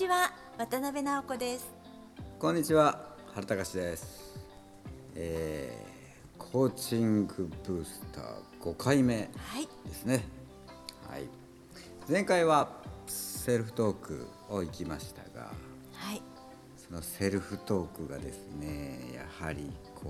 ちは、渡辺直子です。 こんにちは、原隆です。コーチングブースター5回目ですね。はい。前回はセルフトークを行きましたが、 はい。 そのセルフトークがですね、やはり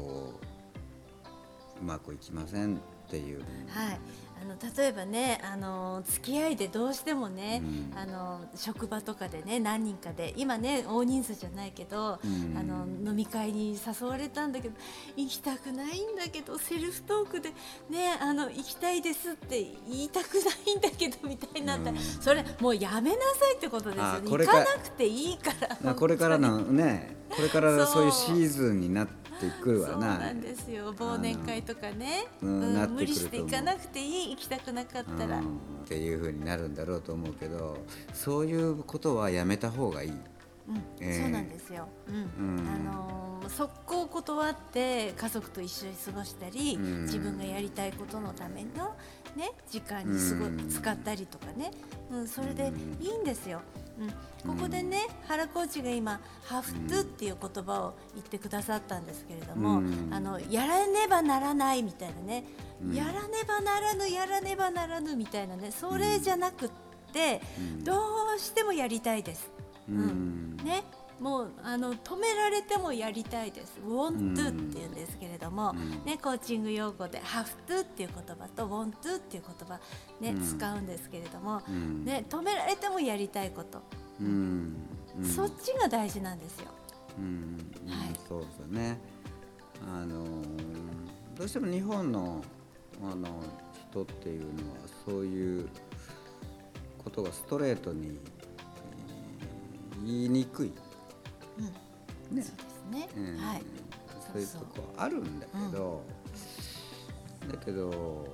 うまくいきませんっていう。 はい。例えばね、付き合いでどうしてもね、職場とかでね、何人かで今ね大人数じゃないけど、飲み会に誘われたんだけど行きたくないんだけどセルフトークでね行きたいですって言いたくないんだけどみたいになったら、それもうやめなさいってことですよね。行かなくていいからこれからのね、これからそういうシーズンになってくるわな。 そうなんですよ。忘年会とかね、 なってくると思う。 無理して行かなくていい、行きたくなかったら、 っていう風になるんだろうと思うけど、そういうことはやめた方がいい。 そうなんですよ。速攻断って家族と一緒に過ごしたり、自分がやりたいことのための、ね、時間に使ったりとかね、それでいいんですよ。ここでね、原コーチが今ハフトゥっていう言葉を言ってくださったんですけれども、やらねばならないみたいなね、やらねばならぬやらねばならぬみたいなね、それじゃなくって、どうしてもやりたいです。ね、もう止められてもやりたいです。want to っていうんですけれども、ね、コーチング用語で have to っていう言葉と want to っていう言葉、ね使うんですけれども、ね、止められてもやりたいこと、そっちが大事なんですよ。 そうですよね。どうしても日本の人っていうのはそういうことがストレートに言いにくい、 そうですね。はい。 そういうとこあるんだけど、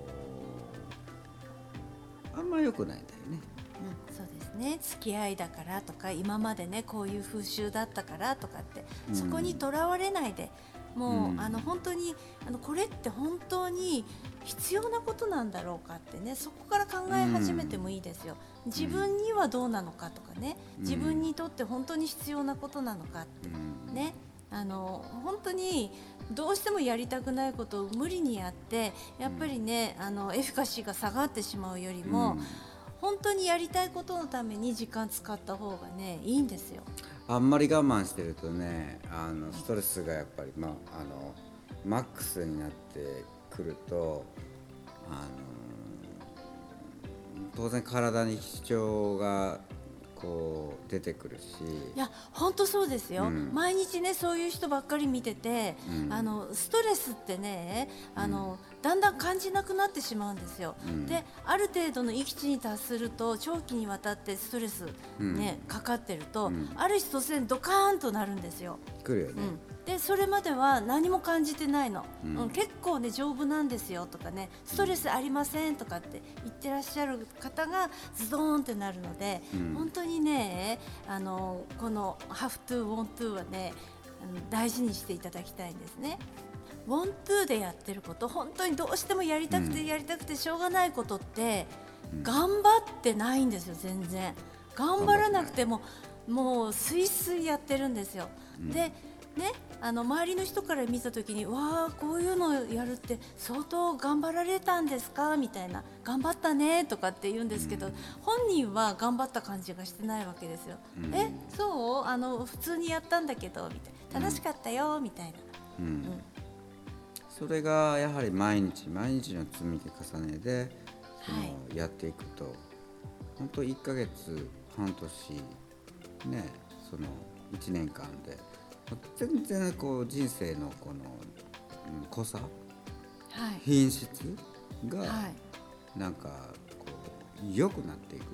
あんま良くないんだよね。 そうですね。付き合いだからとか、今までねこういう風習だったからとかって、そこにとらわれないで、もう本当にこれって本当に必要なことなんだろうかってね、そこから考え始めてもいいですよ。自分にはどうなのかとかね、自分にとって本当に必要なことなのかってね、本当にどうしてもやりたくないことを無理にやって、やっぱりねエフィカシーが下がってしまうよりも、本当にやりたいことのために時間使った方がねいいんですよ。 あんまり我慢してるとね、ストレスがやっぱり、マックスになってくると、当然体に支障が出てくるし。 いや本当そうですよ、毎日ねそういう人ばっかり見てて、ストレスってねだんだん感じなくなってしまうんですよ。である程度の閾値に達すると、長期にわたってストレス、かかってると、ある日突然ドカーンとなるんですよ。 来るよね。 でそれまでは何も感じてないの、結構ね丈夫なんですよとかね、ストレスありませんとかって言ってらっしゃる方がズドーンってなるので、本当にねこの have to want to はね大事にしていただきたいんですね。want to でやってること、本当にどうしてもやりたくてやりたくてしょうがないことって、頑張ってないんですよ。全然頑張らなくてももうスイスイやってるんですよ。でね、周りの人から見た時に、わあこういうのをやるって相当頑張られたんですかみたいな、頑張ったねとかって言うんですけど、本人は頑張った感じがしてないわけですよ。そう普通にやったんだけどみたいな、楽しかったよみたいな、 それがやはり毎日毎日の積み重ねでやっていくと、本当1ヶ月半年ね、その1年間で全然人生の濃さ、品質がなんか良くなっていくから。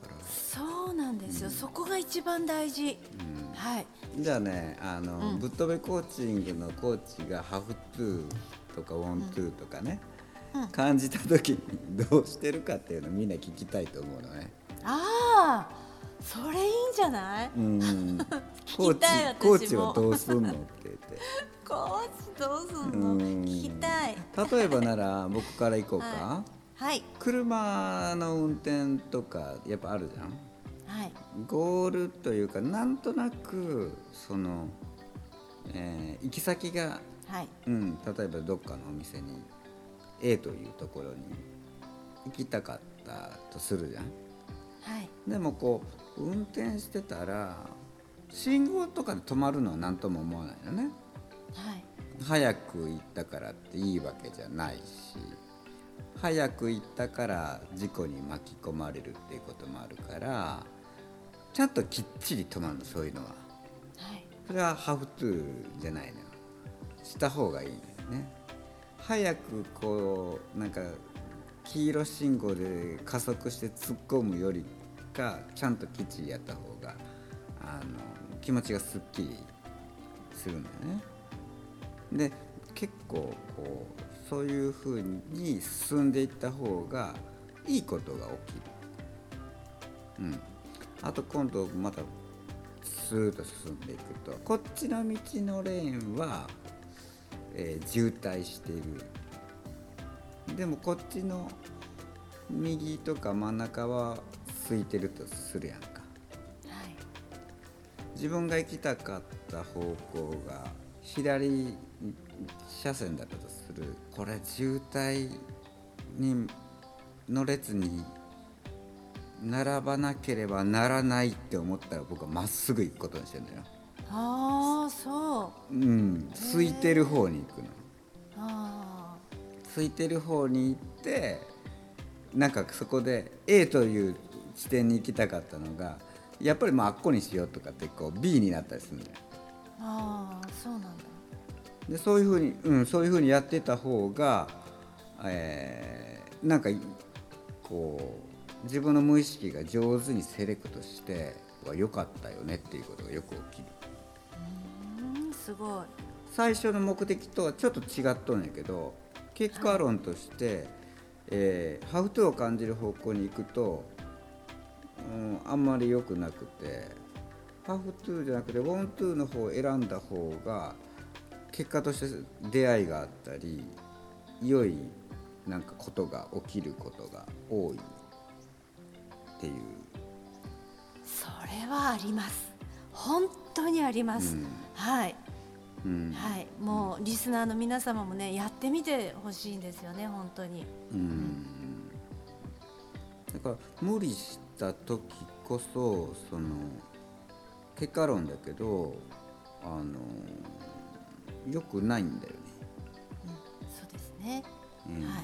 そうなんですよ、そこが一番大事。 じゃあね、ぶっ飛べコーチングのコーチがハフトゥーとかウォントゥーとかね、感じた時にどうしてるかっていうのをみんな聞きたいと思うのね。 ああそれいいんじゃない？聞きたい。私もコーチはどうすんのって言って。 コーチどうすんの？聞きたい。 例えばなら僕から行こうか。 はい。 車の運転とかやっぱあるじゃん。 はい、 ゴールというかなんとなくその、行き先が、 はい、 例えばどっかのお店に A というところに行きたかったとするじゃん。 はい、 でもこう運転してたら信号とかで止まるのは何とも思わないよね。 はい、 早く行ったからっていいわけじゃないし、早く行ったから事故に巻き込まれるっていうこともあるから、ちゃんときっちり止まるの、そういうのは。 はい、 それはハフトゥーじゃないのよ。した方がいいんだよね。早くこうなんか黄色信号で加速して突っ込むよりか、ちゃんときっちりやった方が気持ちがすっきりするんだよね。で結構こうそういう風に進んでいった方がいいことが起きる。あと今度またスーッと進んでいくと、こっちの道のレーンは、渋滞している。でもこっちの右とか真ん中は空いてるとするやんか。 はい、 自分が行きたかった方向が左車線だったとする。これ渋滞にの列に並ばなければならないって思ったら、僕はまっすぐ行くことにしてるのよ。 ああ、そう、 空いてる方に行くの。 あ空いてる方に行って、なんかそこで A という地点に行きたかったのが、やっぱりあっこにしようとかってこう B になったりするんだよ。 あ、そうなんだ。 でそういうふうにやってた方が、なんかこう自分の無意識が上手にセレクトしては良かったよねっていうことがよく起きる。 すごい。 最初の目的とはちょっと違っとんやけど、結果論として、ハウトゥーを感じる方向に行くと、あんまり良くなくて、ハフトゥーじゃなくてウォントゥーの方を選んだ方が結果として出会いがあったり、良いなんかことが起きることが多いっていう。 それはあります。本当にあります。はい、はい、もうリスナーの皆様もね、やってみてほしいんですよね、本当に。 だから無理した時こそ、その結果論だけど良くないんだよね。 そうですね。はい。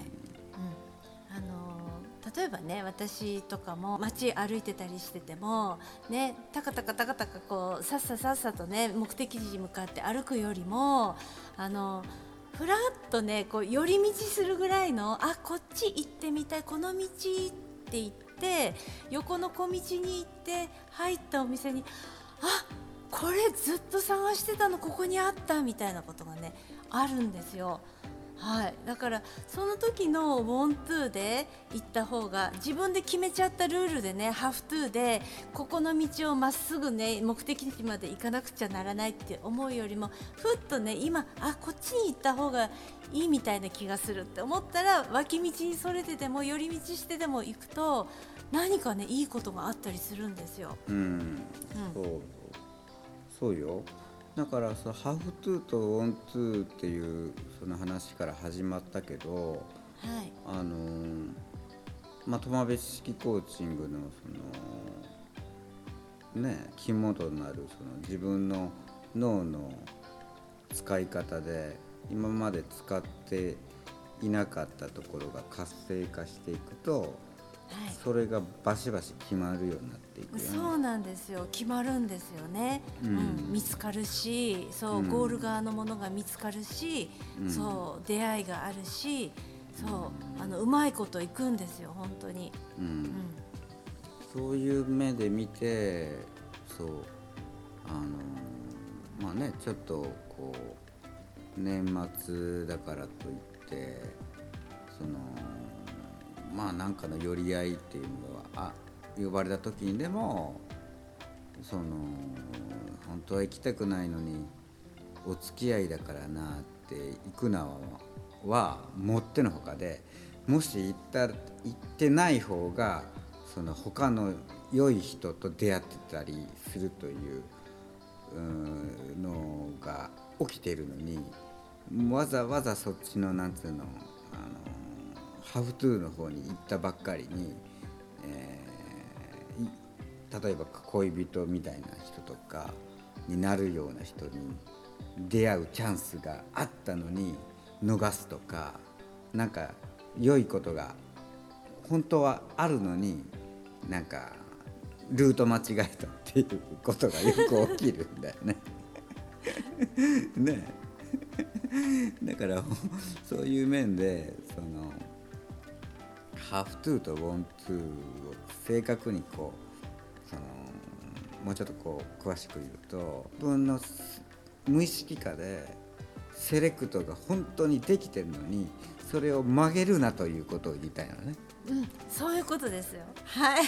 例えばね、私とかも街歩いてたりしててもね、タカタカタカタカこうさっささっさとね、目的地に向かって歩くよりもふらっとね、こう寄り道するぐらいの、こっち行ってみたい、この道って言って横の小道に行って入ったお店に、これずっと探してたのここにあったみたいなことがね、あるんですよ。はい、だからその時のウォントゥーで行った方が、自分で決めちゃったルールでね、ハフトゥーでここの道をまっすぐね、目的地まで行かなくちゃならないって思うよりも、ふっとね、今こっちに行った方がいいみたいな気がするって思ったら、脇道にそれてでも寄り道してでも行くと、何かね、いいことがあったりするんですよ。 そうよ。だからさ、ハフトゥーとウォントゥーっていうその話から始まったけど、 はい、 トマベ式コーチングのそのね、肝となるその自分の脳の使い方で、今まで使っていなかったところが活性化していくと、それがバシバシ決まるようになっていくよね。 そうなんですよ。決まるんですよね。見つかるし、そう、ゴール側のものが見つかるし、そう出会いがあるし、そううまいこといくんですよ、本当に。 そういう目で見て、そうちょっとこう年末だからといってなんかの寄り合いっていうのは呼ばれた時にでも、本当は行きたくないのにお付き合いだからなって行くのはもってのほかで、もし行ってない方が他の良い人と出会ってたりするというのが起きているのに、わざわざそっちのなんつうのハフトゥーの方に行ったばっかりに、例えば恋人みたいな人とかになるような人に出会うチャンスがあったのに逃すとか、なんか良いことが本当はあるのになんかルート間違えたっていうことがよく起きるんだよねねえだからそういう面でそのhave to と want to を正確にこうそのもうちょっとこう詳しく言うと、自分の無意識化でセレクトが本当にできてるのにそれを曲げるなということを言いたいのね。 そういうことですよ。はい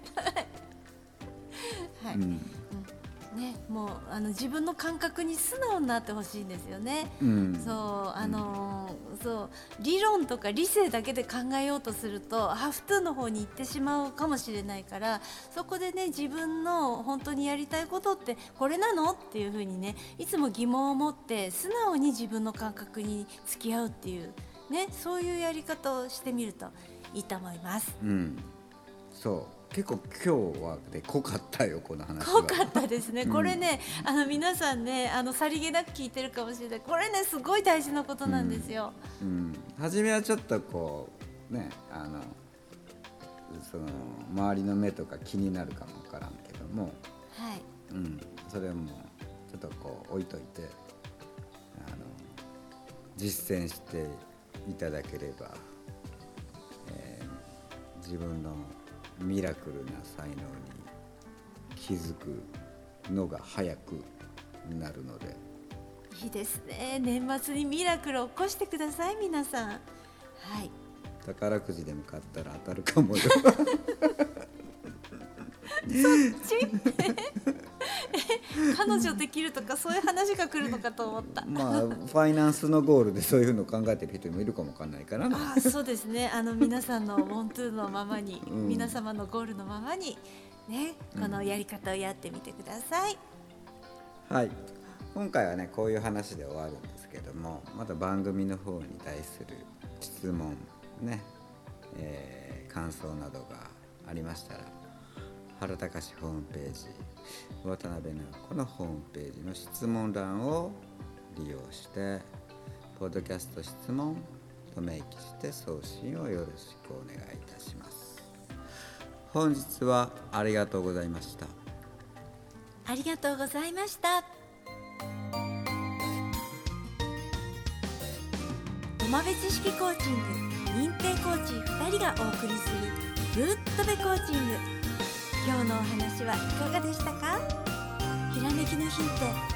はい、ね、もう自分の感覚に素直になってほしいんですよね。そう理論とか理性だけで考えようとするとハフトゥーの方に行ってしまうかもしれないから、そこでね自分の本当にやりたいことってこれなのっていうふうにね、いつも疑問を持って素直に自分の感覚に付き合うっていうね、そういうやり方をしてみるといいと思います。 そう結構今日はで濃かったよ、この話は。 濃かったですね。これね、皆さんねさりげなく聞いてるかもしれない。これねすごい大事なことなんですよ。 初めはちょっとこうねその周りの目とか気になるかもわからんけども、 はい、 それもちょっとこう置いといて実践していただければ、自分のミラクルな才能に気づくのが早くなるので。 いいですね。年末にミラクルを起こしてください皆さん。はい、 宝くじでも買ったら当たるかもよそっち彼女できるとかそういう話が来るのかと思った。 ファイナンスのゴールでそういうのを考えてる人もいるかもわかんないからね。 そうですね。皆さんのワントゥーのままに、皆様のゴールのままにね、このやり方をやってみてください。 はい、今回はねこういう話で終わるんですけども、また番組の方に対する質問ね、感想などがありましたら、原隆ホームページ、渡辺直子のホームページの質問欄を利用してポッドキャスト質問と明記して送信をよろしくお願いいたします。本日はありがとうございました。 ありがとうございました。浜辺知識コーチング認定コーチ2人がお送りするぶっとべコーチング。今日のお話はいかがでしたか？ひらめきのヒント